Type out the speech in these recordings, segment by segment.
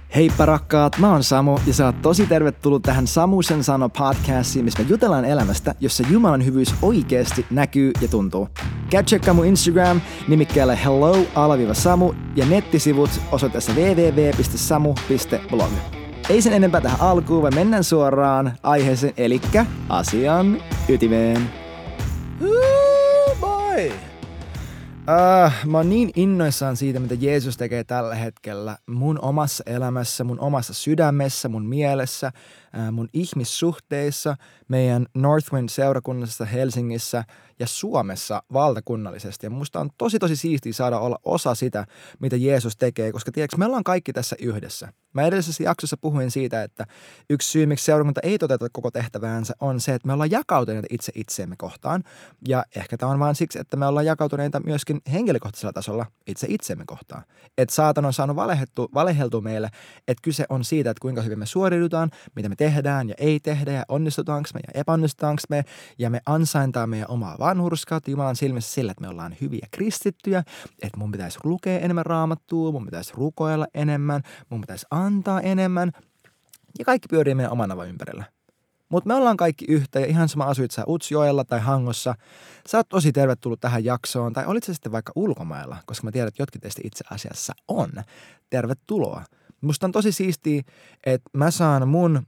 Heippa rakkaat, mä oon Samu ja sä oot tosi tervetullut tähän Samusen sano podcastiin, missä me jutellaan elämästä, jossa Jumalan hyvyys oikeasti näkyy ja tuntuu. Käy tsekkaa mun Instagram nimikkeellä hello_samu ja nettisivut osoitteessa www.samu.blog. Ei sen enempää tähän alkuun, vaan mennään suoraan aiheeseen, elikkä asian ytimeen. Bye! Mä oon niin innoissaan siitä, mitä Jeesus tekee tällä hetkellä mun omassa elämässä, mun omassa sydämessä, mun mielessä, mun ihmissuhteissa, meidän Northwind-seurakunnassa Helsingissä ja Suomessa valtakunnallisesti. Ja musta on tosi siistiä saada olla osa sitä, mitä Jeesus tekee, koska tiedätkö, me ollaan kaikki tässä yhdessä. Mä edellisessä jaksossa puhuin siitä, että yksi syy, miksi seurakunta ei toteuta koko tehtäväänsä, on se, että me ollaan jakautuneita itse itseemme kohtaan. Ja ehkä tämä on vaan siksi, että me ollaan jakautuneita myöskin henkilökohtaisella tasolla itse itseemme kohtaan. Että saatan on saanut valeheltua meille, että kyse on siitä, että kuinka hyvin me suoriudutaan, mitä me tehdään ja ei tehdä ja onnistutaanko me ja epäonnistutaanko me. Ja me ansaintaa meidän omaa vanhurskautta Jumalan silmissä sillä, että me ollaan hyviä kristittyjä, että mun pitäisi lukea enemmän raamattua, mun pitäisi rukoilla enemmän, mun pitäisi antaa enemmän ja kaikki pyörii meidän oman avan ympärillä. Mutta me ollaan kaikki yhtä ja ihan sama asuit sä Utsjoella tai Hangossa. Sä oot tosi tervetullut tähän jaksoon tai olit sä sitten vaikka ulkomailla, koska mä tiedän, että jotkin teistä itse asiassa on. Tervetuloa. Musta on tosi siistiä, että mä saan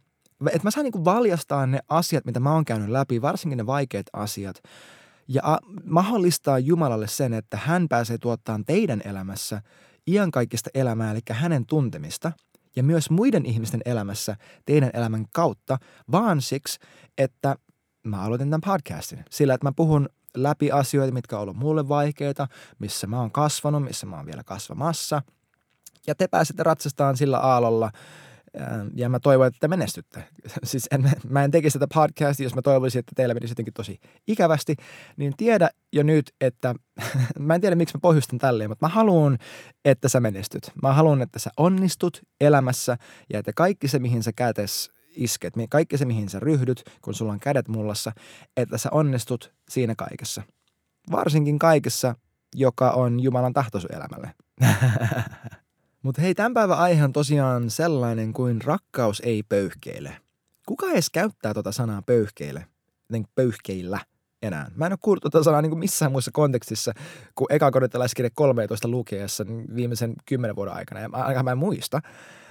niinku valjastaa ne asiat, mitä mä oon käynyt läpi, varsinkin ne vaikeat asiat. Ja mahdollistaa Jumalalle sen, että hän pääsee tuottamaan teidän elämässä iankaikkista elämää, eli hänen tuntemista, ja myös muiden ihmisten elämässä teidän elämän kautta, vaan siksi, että mä aloitin tämän podcastin. Sillä, että mä puhun läpi asioita, mitkä on ollut mulle vaikeita, missä mä oon kasvanut, missä mä oon vielä kasvamassa. Ja te pääsette ratsastaan sillä aallolla. Ja mä toivon, että te menestytte. Siis mä en tekisi tätä podcastia, jos mä toivoisin, että teillä menisi jotenkin tosi ikävästi. Niin tiedä jo nyt, että mä en tiedä, miksi mä pohjustan tälleen, mutta mä haluan, että sä menestyt. Mä haluan, että sä onnistut elämässä ja että kaikki se, mihin sä kätes isket, kaikki se, mihin sä ryhdyt, kun sulla on kädet mullassa, että sä onnistut siinä kaikessa. Varsinkin kaikessa, joka on Jumalan tahto sun elämälle. Mutta hei, tämän päivän aihe on tosiaan sellainen kuin rakkaus ei pöyhkeile. Kuka edes käyttää tota sanaa pöyhkeile? Pöyhkeillä enää. Mä en ole kuullut tota sanaa niin kuin missään muissa kontekstissa kuin eka korintolaiskirje 13 lukiessa viimeisen 10 vuoden aikana. Ja mä en muista.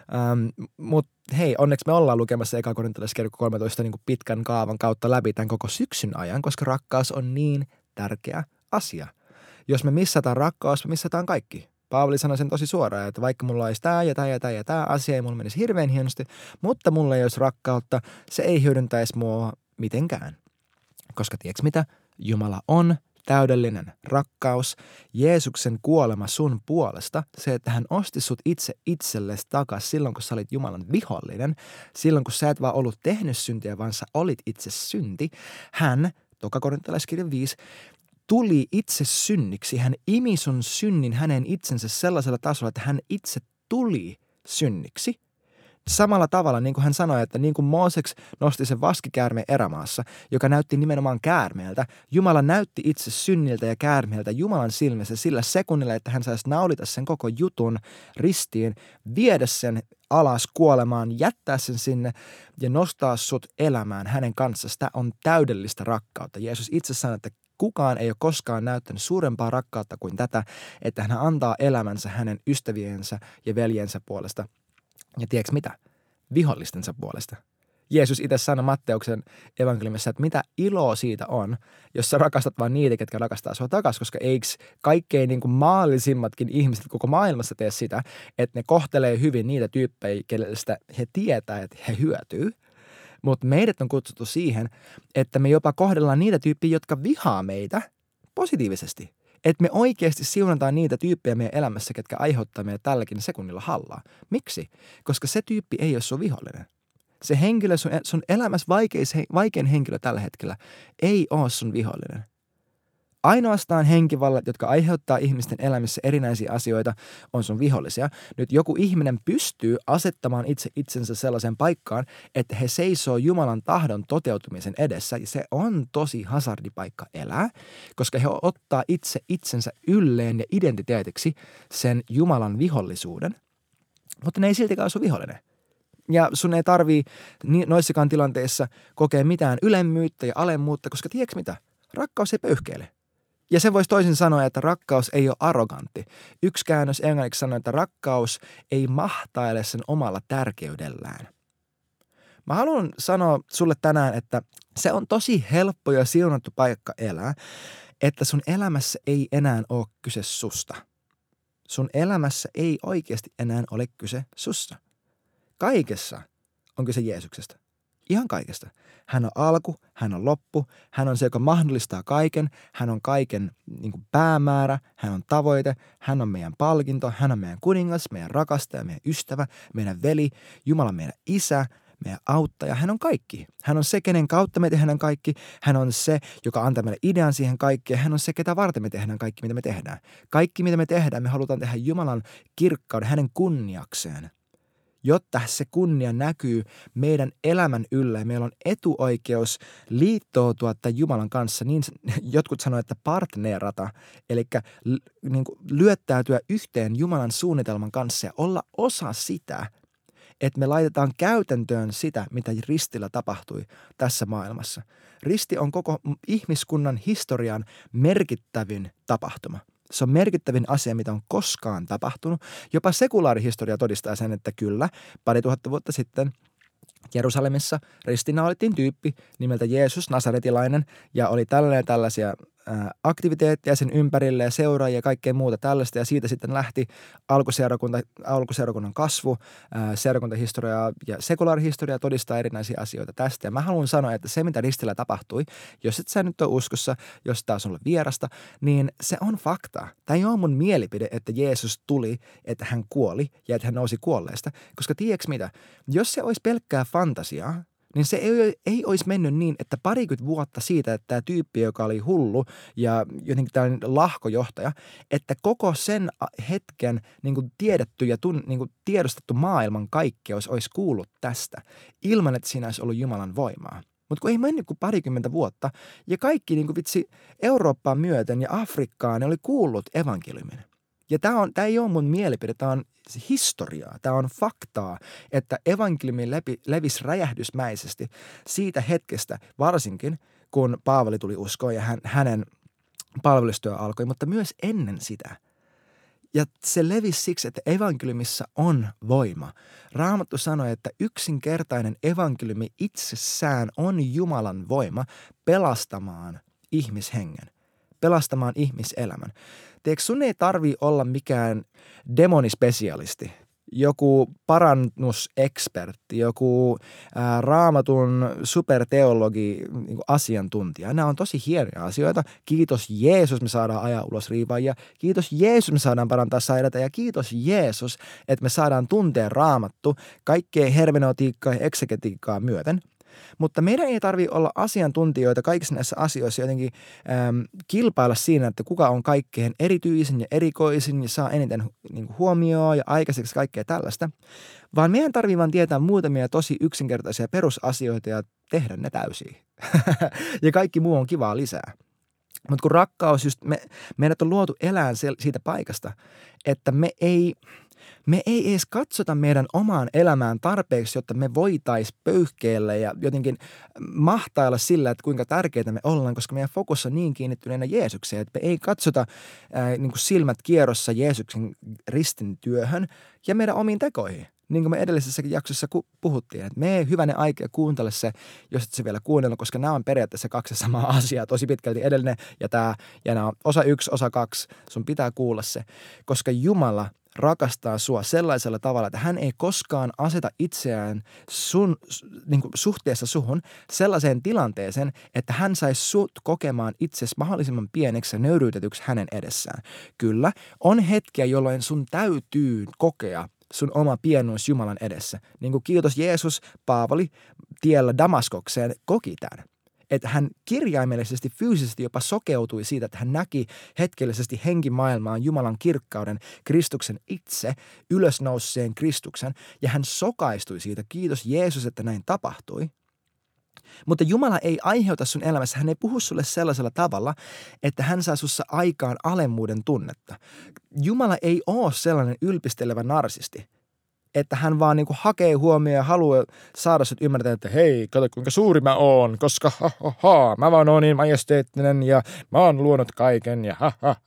Mutta hei, onneksi me ollaan lukemassa eka korintolaiskirje 13 niin kuin pitkän kaavan kautta läpi tämän koko syksyn ajan, koska rakkaus on niin tärkeä asia. Jos me missataan rakkaus, me missataan kaikki. Paavali sanoi sen tosi suoraan, että vaikka mulla olisi tämä ja tämä asia, ei mulla menisi hirveän hienosti, mutta mulla ei olisi rakkautta, se ei hyödyntäisi mua mitenkään. Koska tiedätkö mitä? Jumala on täydellinen rakkaus. Jeesuksen kuolema sun puolesta, se, että hän osti sut itse itsellesi takaisin silloin, kun sä olit Jumalan vihollinen, silloin, kun sä et vaan ollut tehnyt syntiä, vaan sä olit itse synti. Hän, toka korintolaiskirja 5, tuli itse synniksi. Hän imi sun synnin hänen itsensä sellaisella tasolla, että hän itse tuli synniksi. Samalla tavalla, niin kuin hän sanoi, että niin kuin Mooseks nosti sen vaskikäärmeen erämaassa, joka näytti nimenomaan käärmeeltä, Jumala näytti itse synniltä ja käärmeeltä Jumalan silmissä sillä sekunnilla, että hän saisi naulita sen koko jutun ristiin, viedä sen alas kuolemaan, jättää sen sinne ja nostaa sut elämään hänen kanssaan. Tämä on täydellistä rakkautta. Jeesus itse sanoi, että kukaan ei ole koskaan näyttänyt suurempaa rakkautta kuin tätä, että hän antaa elämänsä hänen ystäviensä ja veljensä puolesta. Ja tiedätkö mitä? Vihollistensa puolesta. Jeesus itse sanoi Matteuksen evankeliumissa, että mitä iloa siitä on, jos sä rakastat vain niitä, ketkä rakastaa sua takaisin, koska eikö kaikkein niin kuin maallisimmatkin ihmiset koko maailmassa tee sitä, että ne kohtelee hyvin niitä tyyppejä, kenestä he tietää, että he hyötyy. Mutta meidät on kutsuttu siihen, että me jopa kohdellaan niitä tyyppejä, jotka vihaa meitä positiivisesti. Että me oikeasti siunataan niitä tyyppejä meidän elämässä, ketkä aiheuttaa meille tälläkin sekunnilla hallaa. Miksi? Koska se tyyppi ei ole sun vihollinen. Se henkilö, sun elämässä vaikein henkilö tällä hetkellä, ei ole sun vihollinen. Ainoastaan henkivallat, jotka aiheuttaa ihmisten elämässä erinäisiä asioita, on sun vihollisia. Nyt joku ihminen pystyy asettamaan itsensä sellaiseen paikkaan, että he seisoo Jumalan tahdon toteutumisen edessä. Ja se on tosi hazardipaikka elää, koska he ottaa itsensä ylleen ja identiteetiksi sen Jumalan vihollisuuden. Mutta ne ei siltikään ole sun vihollinen. Ja sun ei tarvii noissakaan tilanteissa kokea mitään ylemmyyttä ja alemmuutta, koska tiedätkö mitä? Rakkaus ei pöyhkeile. Ja se voisi toisin sanoa, että rakkaus ei ole arrogantti. Yksi käännös englanniksi sanoo, että rakkaus ei mahtaile sen omalla tärkeydellään. Mä haluan sanoa sulle tänään, että se on tosi helppo ja siunattu paikka elää, että sun elämässä ei enää ole kyse susta. Sun elämässä ei oikeasti enää ole kyse susta. Kaikessa on kyse Jeesuksesta. Ihan kaikesta. Hän on alku, hän on loppu, hän on se, joka mahdollistaa kaiken, hän on kaiken niin kuin päämäärä, hän on tavoite, hän on meidän palkinto, hän on meidän kuningas, meidän rakastaja, meidän ystävä, meidän veli, Jumala meidän isä, meidän auttaja. Hän on kaikki. Hän on se, kenen kautta me tehdään kaikki. Hän on se, joka antaa meille idean siihen kaikkeen. Hän on se, ketä varten me tehdään kaikki, mitä me tehdään. Kaikki, mitä me tehdään, me halutaan tehdä Jumalan kirkkauden, hänen kunniakseen. Jotta se kunnia näkyy meidän elämän yllä ja meillä on etuoikeus liittoutua tämän Jumalan kanssa, niin jotkut sanoo, että partnerata, eli niin kuin lyöttäytyä yhteen Jumalan suunnitelman kanssa ja olla osa sitä, että me laitetaan käytäntöön sitä, mitä ristillä tapahtui tässä maailmassa. Risti on koko ihmiskunnan historian merkittävin tapahtuma. Se on merkittävin asia, mitä on koskaan tapahtunut. Jopa sekulaarihistoria todistaa sen, että kyllä, 2000 vuotta sitten Jerusalemissa ristiinnaulittiin tyyppi nimeltä Jeesus, Nasaretilainen, ja oli tällaisia aktiviteetteja sen ympärille ja seuraajia ja kaikkea muuta tällaista. Ja siitä sitten lähti alkuseurakunnan kasvu, seurakuntahistoria ja sekulaarihistoria todistaa erinäisiä asioita tästä. Ja mä haluan sanoa, että se mitä ristillä tapahtui, jos et sä nyt ole uskossa, jos taas on vierasta, niin se on fakta. Tämä ei ole mun mielipide, että Jeesus tuli, että hän kuoli ja että hän nousi kuolleesta. Koska tiedätkö mitä? Jos se olisi pelkkää fantasiaa, niin se ei olisi mennyt niin, että 20 vuotta siitä, että tämä tyyppi, joka oli hullu ja jotenkin tällainen lahkojohtaja, että koko sen hetken niin kuin tiedetty ja niin kuin tiedostettu maailman kaikkeus olisi kuullut tästä, ilman että siinä olisi ollut Jumalan voimaa. Mutta kun ei mennyt kuin 20 vuotta ja kaikki niin kuin vitsi Eurooppaan myöten ja Afrikkaan ne oli kuullut evankeliumin. Ja tämä ei ole mun mielipide, tämä on historiaa, tämä on faktaa, että evankeliumi levisi räjähdysmäisesti siitä hetkestä, varsinkin kun Paavali tuli uskoon ja hänen palvelustyö alkoi, mutta myös ennen sitä. Ja se levisi siksi, että evankeliumissa on voima. Raamattu sanoi, että yksinkertainen evankeliumi itsessään on Jumalan voima pelastamaan ihmishengen, pelastamaan ihmiselämän. Tiedätkö, sun ei tarvitse olla mikään demonispesialisti, joku parannusekspertti, joku raamatun superteologi, niin asiantuntija. Nämä on tosi hienoja asioita. Kiitos Jeesus, me saadaan ajaa ulos riivaajia. Kiitos Jeesus, me saadaan parantaa sairaita. Ja kiitos Jeesus, että me saadaan tuntea raamattu kaikkea hermeneutiikkaa ja eksegetiikkaa myöten. Mutta meidän ei tarvitse olla asiantuntijoita kaikissa näissä asioissa jotenkin kilpailla siinä, että kuka on kaikkein erityisin ja erikoisin ja saa eniten niin kuin huomioon ja aikaiseksi kaikkea tällaista. Vaan meidän tarvitsee vaan tietää muutamia tosi yksinkertaisia perusasioita ja tehdä ne täysin. Ja kaikki muu on kivaa lisää. Mutta kun rakkaus, just meidät on luotu elään siitä paikasta, että me ei edes katsota meidän omaan elämään tarpeeksi, jotta me voitaisiin pöyhkeillä ja jotenkin mahtailla sillä, että kuinka tärkeitä me ollaan, koska meidän fokus on niin kiinnittyneenä Jeesukseen, että me ei katsota niin kuin silmät kierrossa Jeesuksen ristin työhön ja meidän omiin tekoihin. Niin kuin me edellisessäkin jaksossa puhuttiin, että mene hyvänen aika ja kuuntele se, jos et se vielä kuunnellut, koska nämä on periaatteessa kaksi samaa asiaa, tosi pitkälti edellinen ja tämä, ja nämä on osa 1, osa 2, sun pitää kuulla se, koska Jumala rakastaa sua sellaisella tavalla, että hän ei koskaan aseta itseään niin kuin suhteessa suhun sellaiseen tilanteeseen, että hän saisi sut kokemaan itsesi mahdollisimman pieneksi ja nöyryytetyksi hänen edessään. Kyllä, on hetkiä, jolloin sun täytyy kokea sun oma pienuus Jumalan edessä. Niin kuin kiitos Jeesus, Paavali tiellä Damaskokseen koki tämän. Että hän kirjaimellisesti, fyysisesti jopa sokeutui siitä, että hän näki hetkellisesti henkimaailmaan Jumalan kirkkauden, Kristuksen itse, ylösnouseen Kristuksen, ja hän sokaistui siitä. Kiitos Jeesus, että näin tapahtui. Mutta Jumala ei aiheuta sun elämässä, hän ei puhu sulle sellaisella tavalla, että hän saa sussa aikaan alemmuuden tunnetta. Jumala ei ole sellainen ylpistelevä narsisti. että hän vaan niinku hakee huomioon ja haluaa saada sut ymmärtää, että hei, kato kuinka suuri mä oon, koska mä vaan oon niin majesteettinen ja mä oon luonut kaiken ja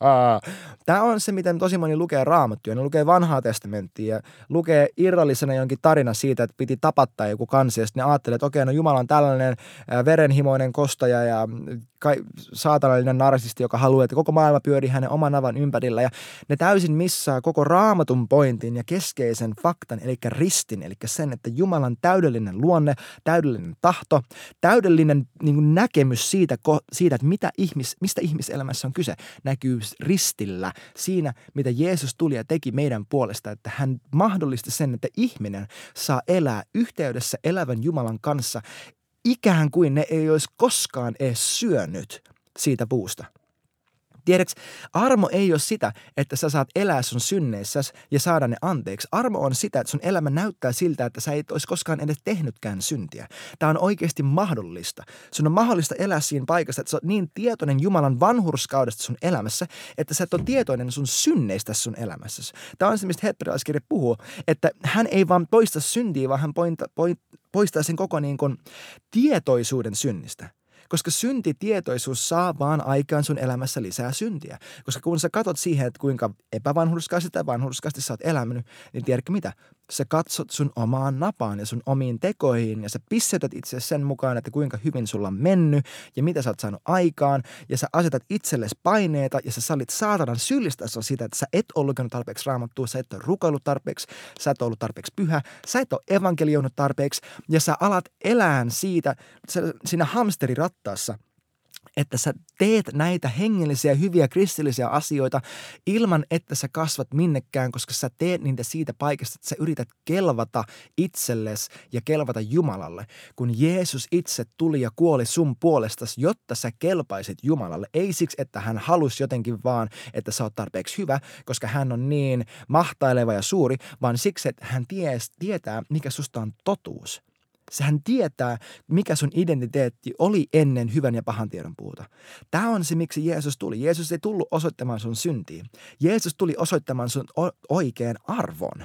Tämä on se, miten tosi moni lukee Raamattua. Ne lukee vanhaa testamenttia ja lukee irrallisena jonkin tarina siitä, että piti tapattaa joku kansi ja sitten ne ajattelee, että okei, no Jumala on tällainen verenhimoinen kostaja ja saatanallinen narsisti, joka haluaa, että koko maailma pyörii hänen oman navan ympärillä ja ne täysin missaa koko Raamatun pointin ja keskeisen faktan, eli ristin, eli sen, että Jumalan täydellinen luonne, täydellinen tahto, täydellinen niin kuin näkemys siitä, että mistä ihmiselämässä on kyse, näkyy ristillä siinä, mitä Jeesus tuli ja teki meidän puolesta, että hän mahdollisti sen, että ihminen saa elää yhteydessä elävän Jumalan kanssa, ikään kuin ne ei olisi koskaan edes syönyt siitä puusta. Tiedätkö, armo ei ole sitä, että sä saat elää sun synneissäsi ja saada ne anteeksi. Armo on sitä, että sun elämä näyttää siltä, että sä et olisi koskaan edes tehnytkään syntiä. Tämä on oikeasti mahdollista. Sun on mahdollista elää siinä paikassa, että sä oot niin tietoinen Jumalan vanhurskaudesta sun elämässä, että sä et ole tietoinen sun synneistä sun elämässäsi. Tämä on se, mistä hebrealaiskirja puhuu, että hän ei vaan poista syntiä, vaan hän poistaa sen koko niin kuin tietoisuuden synnistä. Koska syntitietoisuus saa vaan aikaan sun elämässä lisää syntiä. Koska kun sä katot siihen, että kuinka epävanhurskaasti tai vanhurskaasti sä oot elänyt, niin tiedätkö mitä? Sä katsot sun omaan napaan ja sun omiin tekoihin ja sä pissetät itse sen mukaan, että kuinka hyvin sulla on mennyt ja mitä sä oot saanut aikaan. Ja sä asetat itsellesi paineita ja sä sallit saatanan syyllistää sua sitä, että sä et ole lukenut tarpeeksi Raamattua, sä et ole rukoillut tarpeeksi, sä et ole ollut tarpeeksi pyhä, sä et ole evankelioinut tarpeeksi ja sä alat elää siitä siinä hamsterirattaassa, että sä teet näitä hengellisiä, hyviä kristillisiä asioita ilman, että sä kasvat minnekään, koska sä teet niitä siitä paikasta, että sä yrität kelvata itsellesi ja kelvata Jumalalle. Kun Jeesus itse tuli ja kuoli sun puolestasi, jotta sä kelpaisit Jumalalle. Ei siksi, että hän halusi jotenkin vaan, että sä oot tarpeeksi hyvä, koska hän on niin mahtaileva ja suuri, vaan siksi, että hän tietää, mikä susta on totuus. Sehän tietää, mikä sun identiteetti oli ennen hyvän ja pahan tiedon puuta. Tämä on se, miksi Jeesus tuli. Jeesus ei tullut osoittamaan sun syntiä. Jeesus tuli osoittamaan sun oikean arvon.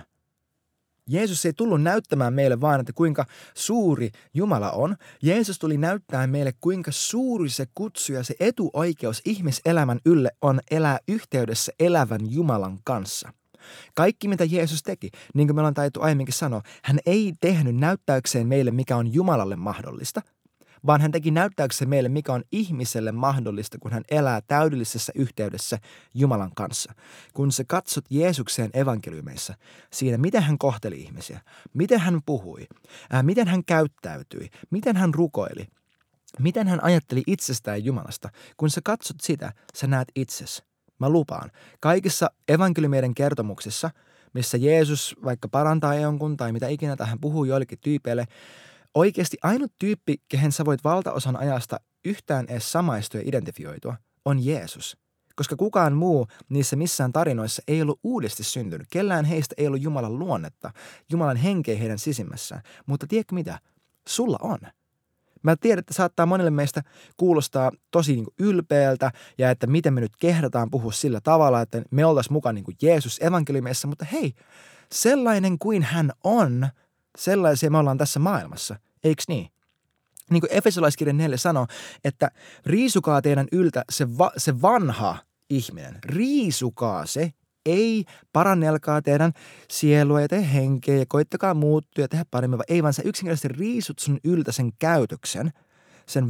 Jeesus ei tullut näyttämään meille vaan, että kuinka suuri Jumala on. Jeesus tuli näyttää meille, kuinka suuri se kutsu ja se etuoikeus ihmiselämän ylle on elää yhteydessä elävän Jumalan kanssa. Kaikki, mitä Jeesus teki, niin kuin me ollaan taidettu aiemminkin sanoa, hän ei tehnyt näyttäykseen meille, mikä on Jumalalle mahdollista, vaan hän teki näyttäykseen meille, mikä on ihmiselle mahdollista, kun hän elää täydellisessä yhteydessä Jumalan kanssa. Kun sä katsot Jeesukseen evankeliumeissa, siinä miten hän kohteli ihmisiä, miten hän puhui, miten hän käyttäytyi, miten hän rukoili, miten hän ajatteli itsestään Jumalasta. Kun sä katsot sitä, sä näet itsesi. Mä lupaan, kaikissa evankeliumeiden kertomuksissa, missä Jeesus vaikka parantaa jonkun tai mitä ikinä tai hän puhuu joillekin tyypeille, oikeasti ainut tyyppi, kehen sä voit valtaosan ajasta yhtään edes samaistua ja identifioitua, on Jeesus. Koska kukaan muu niissä missään tarinoissa ei ollut uudesti syntynyt. Kellään heistä ei ollut Jumalan luonnetta, Jumalan henkeä heidän sisimmässään. Mutta tiedätkö mitä? Sulla on. Mä tiedän, että saattaa monelle meistä kuulostaa tosi niin kuin ylpeältä ja että miten me nyt kehdataan puhua sillä tavalla, että me oltaisiin mukaan niin kuin Jeesus evankeliumissa, mutta hei, sellainen kuin hän on, sellaisia me ollaan tässä maailmassa, eikö niin? Niin kuin Efesolaiskirja 4 sanoo, että riisukaa teidän yltä se vanha ihminen, riisukaa se, ei parannelkaa teidän sielua ja teidän henkeä ja koittakaa muuttua ja tehdä paremmin, ei vaan sä yksinkertaisesti riisut sun yltä sen käytöksen, sen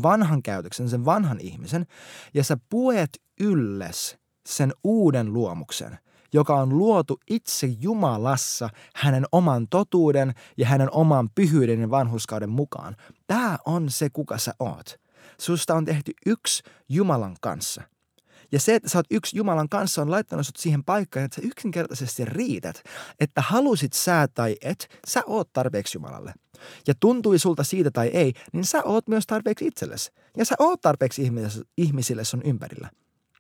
vanhan ihmisen ja sä puet ylles sen uuden luomuksen, joka on luotu itse Jumalassa hänen oman totuuden ja hänen oman pyhyyden ja vanhurskauden mukaan. Tämä on se, kuka sä oot. Susta on tehty yksi Jumalan kanssa. Ja se, että sä oot yksi Jumalan kanssa, on laittanut sut siihen paikkaan, että sä yksinkertaisesti riität, että halusit sä tai et, sä oot tarpeeksi Jumalalle. Ja tuntui sulta siitä tai ei, niin sä oot myös tarpeeksi itsellesi. Ja sä oot tarpeeksi ihmisille sun ympärillä.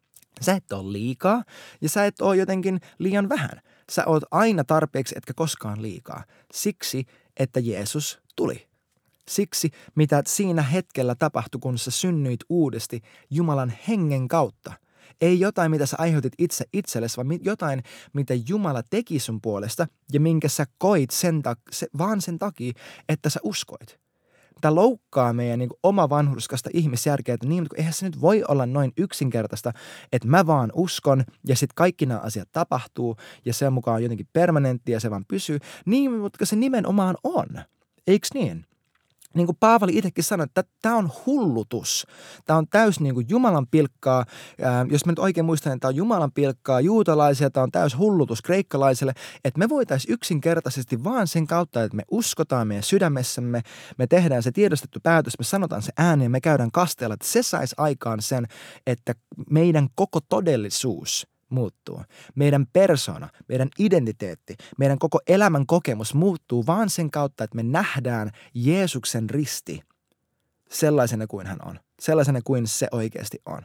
Sä et ole liikaa ja sä et ole jotenkin liian vähän. Sä oot aina tarpeeksi, etkä koskaan liikaa. Siksi, että Jeesus tuli. Siksi, mitä siinä hetkellä tapahtui, kun sä synnyit uudesti Jumalan hengen kautta. Ei jotain, mitä sä aiheutit itse itsellesi, vaan jotain, mitä Jumala teki sun puolesta ja minkä sä koit vaan sen takia, että sä uskoit. Tämä loukkaa meidän niin kuin oma vanhurskasta ihmisjärkeä, että niin, eihän se nyt voi olla noin yksinkertaista, että mä vaan uskon ja sitten kaikki nämä asiat tapahtuu ja sen mukaan on jotenkin permanentti ja se vaan pysyy. Niin, mutta se nimenomaan on. Eiks niin? Niin kuin Paavali itsekin sanoi, että tämä on hullutus. Tämä on täys niin kuin Jumalan pilkkaa. Jos mä nyt oikein muistan, että tämä on Jumalan pilkkaa juutalaisia, tämä on täys hullutus kreikkalaisille. Että me voitaisiin yksinkertaisesti vaan sen kautta, että me uskotaan meidän sydämessämme, me tehdään se tiedostettu päätös, me sanotaan se ääneen, me käydään kasteella, että se saisi aikaan sen, että meidän koko todellisuus muuttuu. Meidän persona, meidän identiteetti, meidän koko elämän kokemus muuttuu vaan sen kautta, että me nähdään Jeesuksen risti sellaisena kuin hän on. Sellaisena kuin se oikeasti on.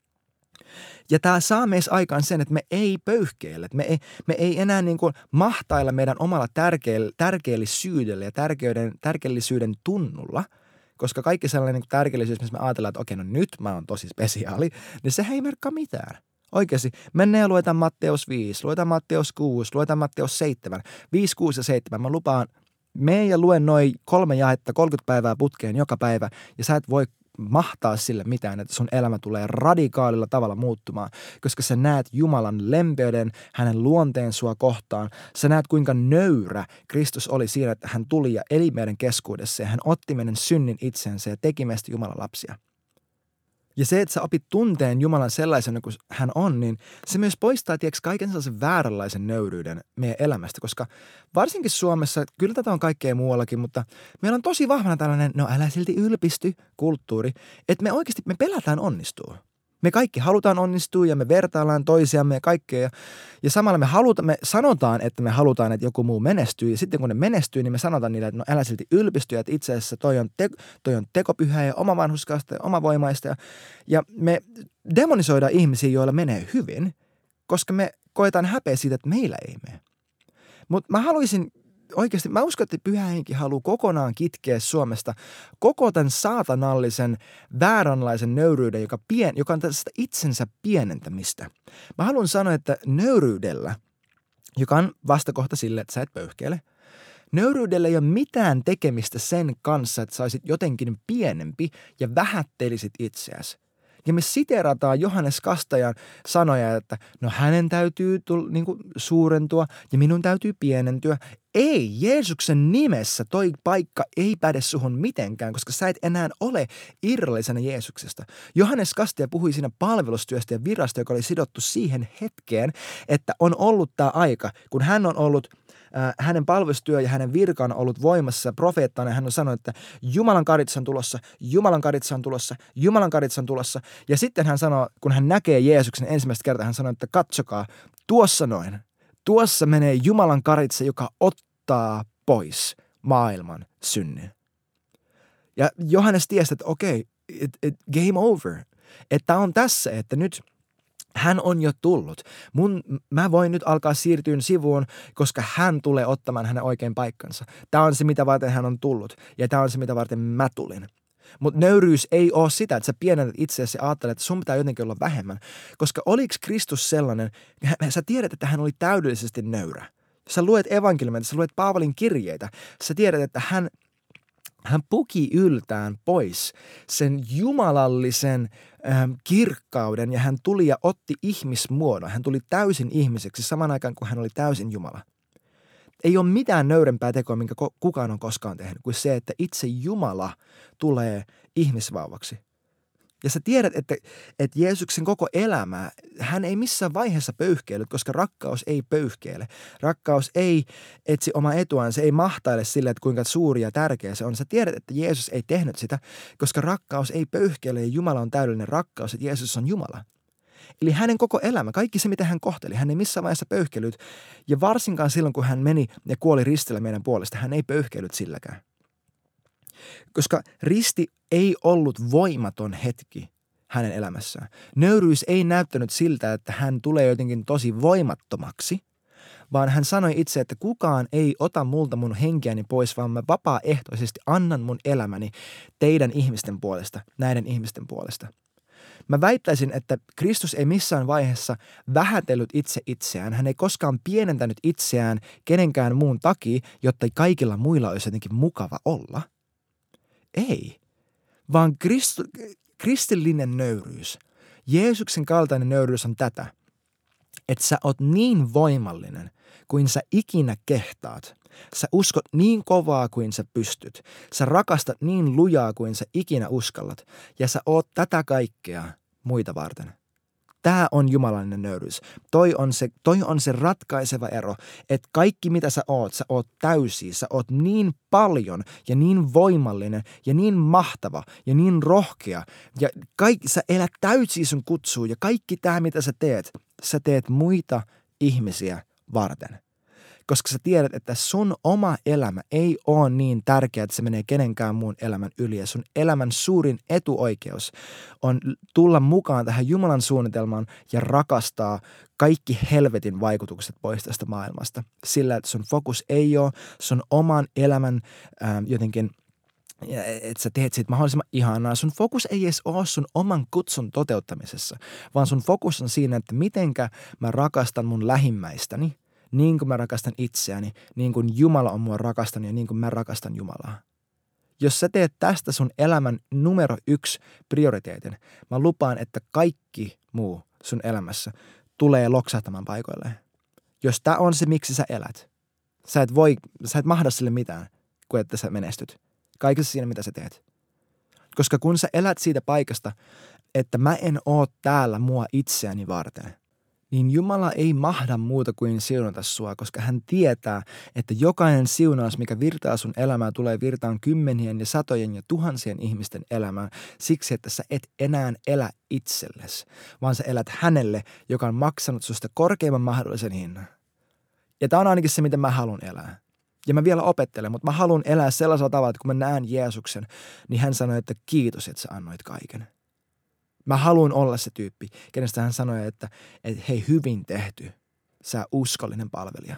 Ja tämä saa meissä aikaan sen, että me ei pöyhkeile, että me ei enää niin kuin mahtailla meidän omalla tärkeellisyydellä ja tärkeellisyyden tunnulla, koska kaikki sellainen niin tärkeellisyys, missä me ajatellaan, että okei, no nyt mä oon tosi spesiaali, niin se ei merkkaa mitään. Oikeasti, mennään ja luetaan Matteus 5, luetaan Matteus 6, luetaan Matteus 7, 5, 6 ja 7. Mä lupaan, mene ja lue noin 3 jaetta 30 päivää putkeen joka päivä ja sä et voi mahtaa sille mitään, että sun elämä tulee radikaalilla tavalla muuttumaan, koska sä näet Jumalan lempeyden, hänen luonteen sua kohtaan. Sä näet, kuinka nöyrä Kristus oli siinä, että hän tuli ja eli meidän keskuudessa ja hän otti meidän synnin itsensä ja teki meistä Jumalan lapsia. Ja se, että sä opit tunteen Jumalan sellaisena kuin hän on, niin se myös poistaa, tiedätkö, kaiken sellaisen vääränlaisen nöyryyden meidän elämästä, koska varsinkin Suomessa, kyllä tätä on kaikkea muuallakin, mutta meillä on tosi vahvana tällainen, no älä silti ylpisty kulttuuri, että me oikeasti, me pelätään onnistua. Me kaikki halutaan onnistua ja me vertaillaan toisiamme ja kaikkea. Ja samalla me sanotaan, että me halutaan, että joku muu menestyy. Ja sitten kun ne menestyy, niin me sanotaan niille, että no älä silti ylpisty. Että itse asiassa toi on tekopyhää ja omavanhuskaista ja omavoimaista. Ja me demonisoidaan ihmisiä, joilla menee hyvin, koska me koetaan häpeä siitä, että meillä ei mene. Mutta mä uskon, että Pyhä Henki haluaa kokonaan kitkeä Suomesta koko tämän saatanallisen, vääränlaisen nöyryyden, joka on tästä itsensä pienentämistä. Mä haluan sanoa, että nöyryydellä, joka on vastakohta sille, että sä et pöyhkeile, nöyryydellä ei ole mitään tekemistä sen kanssa, että sä olisit jotenkin pienempi ja vähättelisit itseäsi. Ja me siteerataan Johannes Kastajan sanoja, että no hänen täytyy suurentua ja minun täytyy pienentyä. Ei, Jeesuksen nimessä toi paikka ei päde suhun mitenkään, koska sä et enää ole irrallisena Jeesuksesta. Johannes Kastaja puhui siinä palvelustyöstä ja virasta, joka oli sidottu siihen hetkeen, että on ollut tämä aika, kun hän on ollut hänen palvelustyö ja hänen virkaan on ollut voimassa profeettana. Hän on sanonut, että Jumalan karitsa on tulossa, Jumalan karitsa on tulossa, Jumalan karitsa on tulossa. Ja sitten hän sanoo, kun hän näkee Jeesuksen ensimmäistä kertaa, hän sanoo, että katsokaa, tuossa noin. Tuossa menee Jumalan karitsa, joka ottaa pois maailman synnin. Ja Johannes tiesi, että okei, game over. Että on tässä, että nyt hän on jo tullut. Mä voin nyt alkaa siirtyä sivuun, koska hän tulee ottamaan hänen oikein paikkansa. Tämä on se, mitä varten hän on tullut. Ja tämä on se, mitä varten mä tulin. Mutta nöyryys ei ole sitä, että sä pienennät itseäsi ja ajattelet, että sun pitää jotenkin olla vähemmän. Koska oliko Kristus sellainen, sä tiedät, että hän oli täydellisesti nöyrä. Sä luet evankeliumia, sä luet Paavalin kirjeitä. Sä tiedät, että hän puki yltään pois sen jumalallisen kirkkauden ja hän tuli ja otti ihmismuodon. Hän tuli täysin ihmiseksi saman aikaan, kun hän oli täysin Jumala. Ei ole mitään nöyrempää tekoa, minkä kukaan on koskaan tehnyt, kuin se, että itse Jumala tulee ihmisvauvaksi. Ja sä tiedät, että Jeesuksen koko elämä, hän ei missään vaiheessa pöyhkeillyt, koska rakkaus ei pöyhkeile. Rakkaus ei etsi omaa etuaan, se ei mahtaile sille, että kuinka suuri ja tärkeä se on. Sä tiedät, että Jeesus ei tehnyt sitä, koska rakkaus ei pöyhkeile ja Jumala on täydellinen rakkaus, että Jeesus on Jumala. Eli hänen koko elämä, kaikki se, mitä hän kohteli, hän ei missään vaiheessa pöyhkeillyt. Ja varsinkaan silloin, kun hän meni ja kuoli ristillä meidän puolesta, hän ei pöyhkeillyt silläkään. Koska risti ei ollut voimaton hetki hänen elämässään. Nöyryys ei näyttänyt siltä, että hän tulee jotenkin tosi voimattomaksi, vaan hän sanoi itse, että kukaan ei ota multa mun henkeäni pois, vaan mä vapaaehtoisesti annan mun elämäni teidän ihmisten puolesta, näiden ihmisten puolesta. Mä väittäisin, että Kristus ei missään vaiheessa vähätellyt itseään. Hän ei koskaan pienentänyt itseään kenenkään muun takia, jotta kaikilla muilla olisi jotenkin mukava olla. Ei, vaan kristillinen nöyryys, Jeesuksen kaltainen nöyryys on tätä, että sä oot niin voimallinen kuin sä ikinä kehtaat. Sä uskot niin kovaa kuin sä pystyt. Sä rakastat niin lujaa kuin sä ikinä uskallat. Ja sä oot tätä kaikkea muita varten. Tää on jumalallinen nöyryys. Toi on se ratkaiseva ero, että kaikki mitä sä oot täysi, sä oot niin paljon ja niin voimallinen ja niin mahtava ja niin rohkea. Ja sä elät täysi sun kutsuu ja kaikki tää mitä sä teet muita ihmisiä varten. Koska sä tiedät, että sun oma elämä ei ole niin tärkeä, että se menee kenenkään muun elämän yli. Ja sun elämän suurin etuoikeus on tulla mukaan tähän Jumalan suunnitelmaan ja rakastaa kaikki helvetin vaikutukset pois tästä maailmasta. Sillä, että sun fokus ei ole sun oman elämän jotenkin, että sä teet siitä mahdollisimman ihanaa. Sun fokus ei edes ole sun oman kutsun toteuttamisessa, vaan sun fokus on siinä, että mitenkä mä rakastan mun lähimmäistäni. Niin kuin mä rakastan itseäni, niin kuin Jumala on mua rakastanut ja niin kuin mä rakastan Jumalaa. Jos sä teet tästä sun elämän numero 1 prioriteetin, mä lupaan, että kaikki muu sun elämässä tulee loksahtamaan paikoilleen. Jos tää on se, miksi sä elät, sä et mahda sille mitään, kun että sä menestyt. Kaikessa siinä, mitä sä teet. Koska kun sä elät siitä paikasta, että mä en oo täällä mua itseäni varten, niin Jumala ei mahda muuta kuin siunata sua, koska hän tietää, että jokainen siunaus, mikä virtaa sun elämään, tulee virtaan kymmenien ja satojen ja tuhansien ihmisten elämään siksi, että sä et enää elä itsellesi, vaan sä elät hänelle, joka on maksanut susta korkeimman mahdollisen hinnan. Ja tää on ainakin se, miten mä haluan elää. Ja mä vielä opettelen, mutta mä haluan elää sellaisella tavalla, että kun mä näen Jeesuksen, niin hän sanoi, että kiitos, että sä annoit kaiken. Mä haluan olla se tyyppi, kenestä hän sanoi, että hei, hyvin tehty, sä uskollinen palvelija.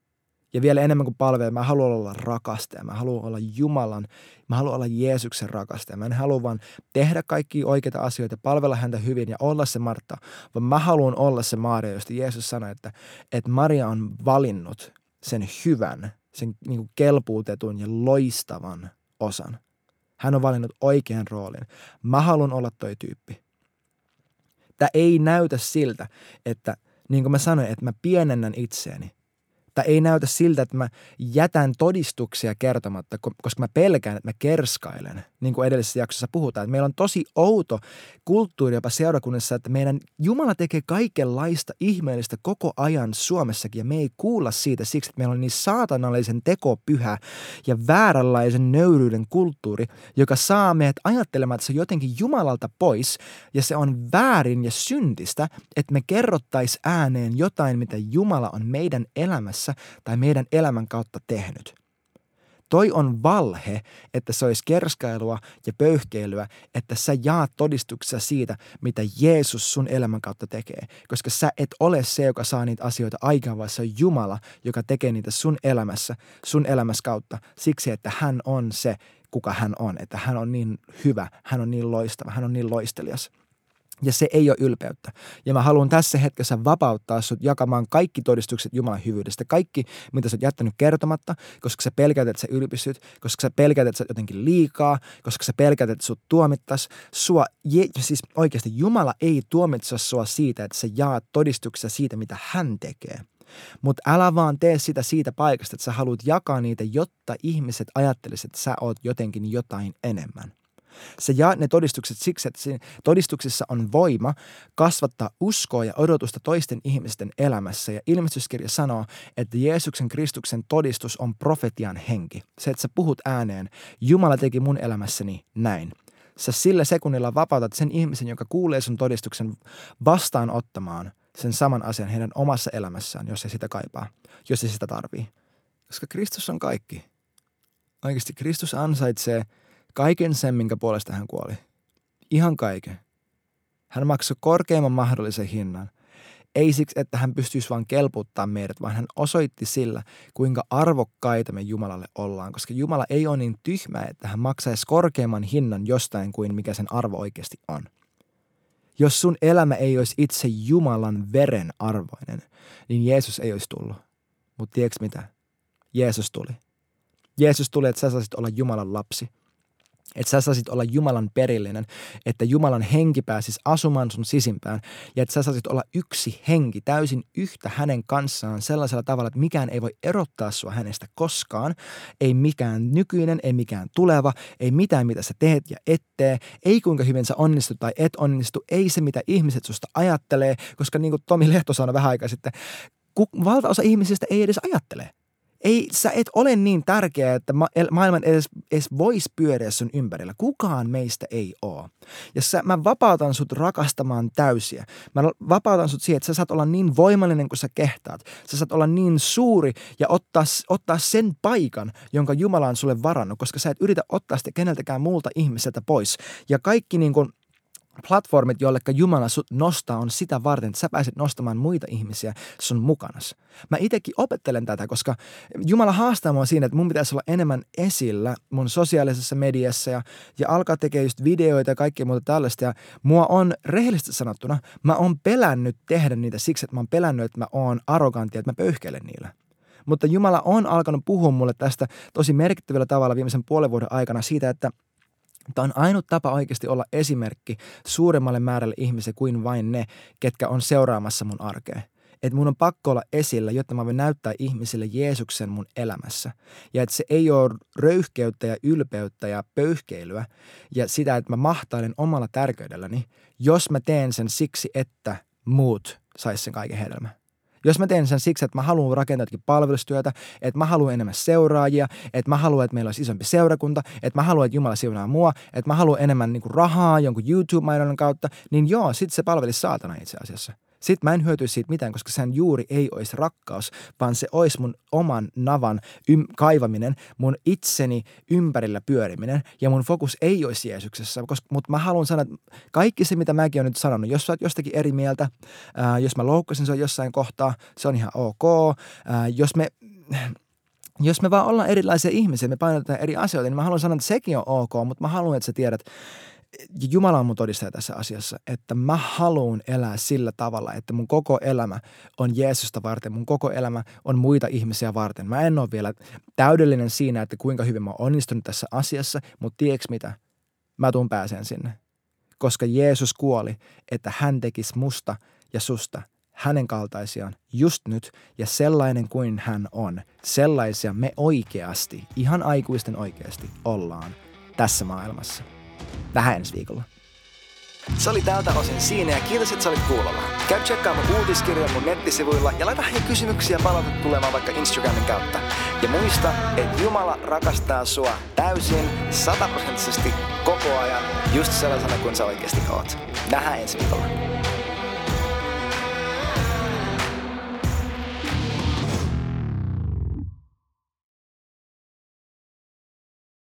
Ja vielä enemmän kuin palvelija, mä haluan olla rakastaja, mä haluan olla Jumalan, mä haluan olla Jeesuksen rakastaja. Mä en halua vaan tehdä kaikkia oikeita asioita, palvella häntä hyvin ja olla se Martta, vaan mä haluan olla se Maria, josta Jeesus sanoi, että Maria on valinnut sen hyvän, sen niin kuin kelpuutetun ja loistavan osan. Hän on valinnut oikean roolin. Mä haluan olla toi tyyppi. Tämä ei näytä siltä, että niin kuin mä sanoin, että mä pienennän itseäni. Tämä ei näytä siltä, että mä jätän todistuksia kertomatta, koska mä pelkään, että mä kerskailen. Niin kuin edellisessä jaksossa puhutaan, että meillä on tosi outo kulttuuri jopa seurakunnassa, että meidän Jumala tekee kaikenlaista ihmeellistä koko ajan Suomessakin ja me ei kuulla siitä siksi, että meillä on niin saatanallisen tekopyhä ja vääränlaisen nöyryyden kulttuuri, joka saa meidät ajattelemaan, että se on jotenkin Jumalalta pois ja se on väärin ja syntistä, että me kerrottaisiin ääneen jotain, mitä Jumala on meidän elämässä tai meidän elämän kautta tehnyt. Toi on valhe, että se olisi kerskailua ja pöyhkeilyä, että sä jaat todistuksia siitä, mitä Jeesus sun elämän kautta tekee. Koska sä et ole se, joka saa niitä asioita aikaan, vaan se on Jumala, joka tekee niitä sun elämässä kautta. Siksi, että hän on se, kuka hän on. Että hän on niin hyvä, hän on niin loistava, hän on niin loistelias. Ja se ei ole ylpeyttä. Ja mä haluan tässä hetkessä vapauttaa sut jakamaan kaikki todistukset Jumalan hyvyydestä. Kaikki, mitä sä oot jättänyt kertomatta, koska sä pelkäät, että sä ylpistyt, koska sä pelkäät, että sä jotenkin liikaa, koska sä pelkäät, että sut tuomittais. Siis oikeasti Jumala ei tuomitse sua siitä, että sä jaat todistuksia siitä, mitä hän tekee. Mutta älä vaan tee sitä siitä paikasta, että sä haluat jakaa niitä, jotta ihmiset ajattelisivat, että sä oot jotenkin jotain enemmän. Sä jaat ne todistukset siksi, että todistuksissa on voima kasvattaa uskoa ja odotusta toisten ihmisten elämässä. Ja ilmestyskirja sanoo, että Jeesuksen Kristuksen todistus on profetian henki. Se, että sä puhut ääneen, Jumala teki mun elämässäni näin. Sä sillä sekunnilla vapautat sen ihmisen, joka kuulee sun todistuksen vastaanottamaan sen saman asian heidän omassa elämässään, jos he sitä kaipaa, jos he sitä tarvii. Koska Kristus on kaikki. Oikeasti Kristus ansaitsee kaiken sen, minkä puolesta hän kuoli. Ihan kaiken. Hän maksoi korkeimman mahdollisen hinnan. Ei siksi, että hän pystyisi vaan kelputtaa meidät, vaan hän osoitti sillä, kuinka arvokkaita me Jumalalle ollaan. Koska Jumala ei ole niin tyhmä, että hän maksaisi korkeimman hinnan jostain kuin mikä sen arvo oikeasti on. Jos sun elämä ei olisi itse Jumalan veren arvoinen, niin Jeesus ei olisi tullut. Mutta tiedätkö mitä? Jeesus tuli. Jeesus tuli, että sä saisit olla Jumalan lapsi. Että sä saisit olla Jumalan perillinen, että Jumalan henki pääsisi asumaan sun sisimpään ja että sä saisit olla yksi henki täysin yhtä hänen kanssaan sellaisella tavalla, että mikään ei voi erottaa sua hänestä koskaan. Ei mikään nykyinen, ei mikään tuleva, ei mitään mitä sä teet ja et tee, ei kuinka hyvin sä onnistut tai et onnistu, ei se mitä ihmiset susta ajattelee, koska niin kuin Tomi Lehto sanoi vähän aikaa sitten, valtaosa ihmisistä ei edes ajattele. Ei, sä et ole niin tärkeä, että maailman edes voisi pyöriä sun ympärillä. Kukaan meistä ei ole. Ja mä vapautan sut rakastamaan täysiä. Mä vapautan sut siihen, että sä saat olla niin voimallinen kuin sä kehtaat. Sä saat olla niin suuri ja ottaa sen paikan, jonka Jumala on sulle varannut, koska sä et yritä ottaa sitä keneltäkään muulta ihmiseltä pois. Ja kaikki niin kuin platformit, jollekka Jumala sut nostaa, on sitä varten, että sä pääset nostamaan muita ihmisiä sun mukanas. Mä itsekin opettelen tätä, koska Jumala haastaa mua siinä, että mun pitäisi olla enemmän esillä mun sosiaalisessa mediassa ja alkaa tekemään just videoita ja kaikkea muuta tällaista. Ja mua on rehellisesti sanottuna, mä oon pelännyt tehdä niitä siksi, että mä oon pelännyt, että mä oon arrogantti, että mä pöyhkeilen niillä. Mutta Jumala on alkanut puhua mulle tästä tosi merkittävällä tavalla viimeisen puolen vuoden aikana siitä, että tämä on ainut tapa oikeasti olla esimerkki suuremmalle määrälle ihmisiä kuin vain ne, ketkä on seuraamassa mun arkea. Että mun on pakko olla esillä, jotta mä voin näyttää ihmisille Jeesuksen mun elämässä. Ja että se ei ole röyhkeyttä ja ylpeyttä ja pöyhkeilyä ja sitä, että mä mahtailen omalla tärkeydelläni, jos mä teen sen siksi, että muut sais sen kaiken hedelmän. Jos mä teen sen siksi, että mä haluan rakentaa jotakin palvelustyötä, että mä haluan enemmän seuraajia, että mä haluan, että meillä olisi isompi seurakunta, että mä haluan, että Jumala siunaa mua, että mä haluan enemmän niin kuin rahaa jonkun YouTube-mainonnan kautta, niin joo, sit se palvelisi saatana itse asiassa. Sitten mä en hyötyisi siitä mitään, koska sen juuri ei olisi rakkaus, vaan se olisi mun oman navan kaivaminen, mun itseni ympärillä pyöriminen ja mun fokus ei olisi Jeesuksessa. Mutta mä haluan sanoa, että kaikki se, mitä mäkin olen nyt sanonut, jos sä oot jostakin eri mieltä, jos mä loukkasin se on jossain kohtaa, se on ihan ok. Jos me vaan ollaan erilaisia ihmisiä, me painotetaan eri asioita, niin mä haluan sanoa, että sekin on ok, mutta mä haluan, että sä tiedät, ja Jumala on mun todistaja tässä asiassa, että mä haluan elää sillä tavalla, että mun koko elämä on Jeesusta varten, mun koko elämä on muita ihmisiä varten. Mä en ole vielä täydellinen siinä, että kuinka hyvin mä oon onnistunut tässä asiassa, mutta tiedätkö mitä? Mä tuun pääseen sinne, koska Jeesus kuoli, että hän tekisi musta ja susta hänen kaltaisiaan just nyt ja sellainen kuin hän on. Sellaisia me oikeasti, ihan aikuisten oikeasti ollaan tässä maailmassa. Vähän ensi viikolla. Se oli tältä osin siinä ja kiitos, että sä olit kuulolla. Käy tsekkaamaan uutiskirjan mun nettisivuilla ja laita hei kysymyksiä palautetta tulemaan vaikka Instagramin kautta. Ja muista, että Jumala rakastaa sua täysin, 100% koko ajan, just sellaisena kuin sä oikeasti oot. Nähdään ensi viikolla.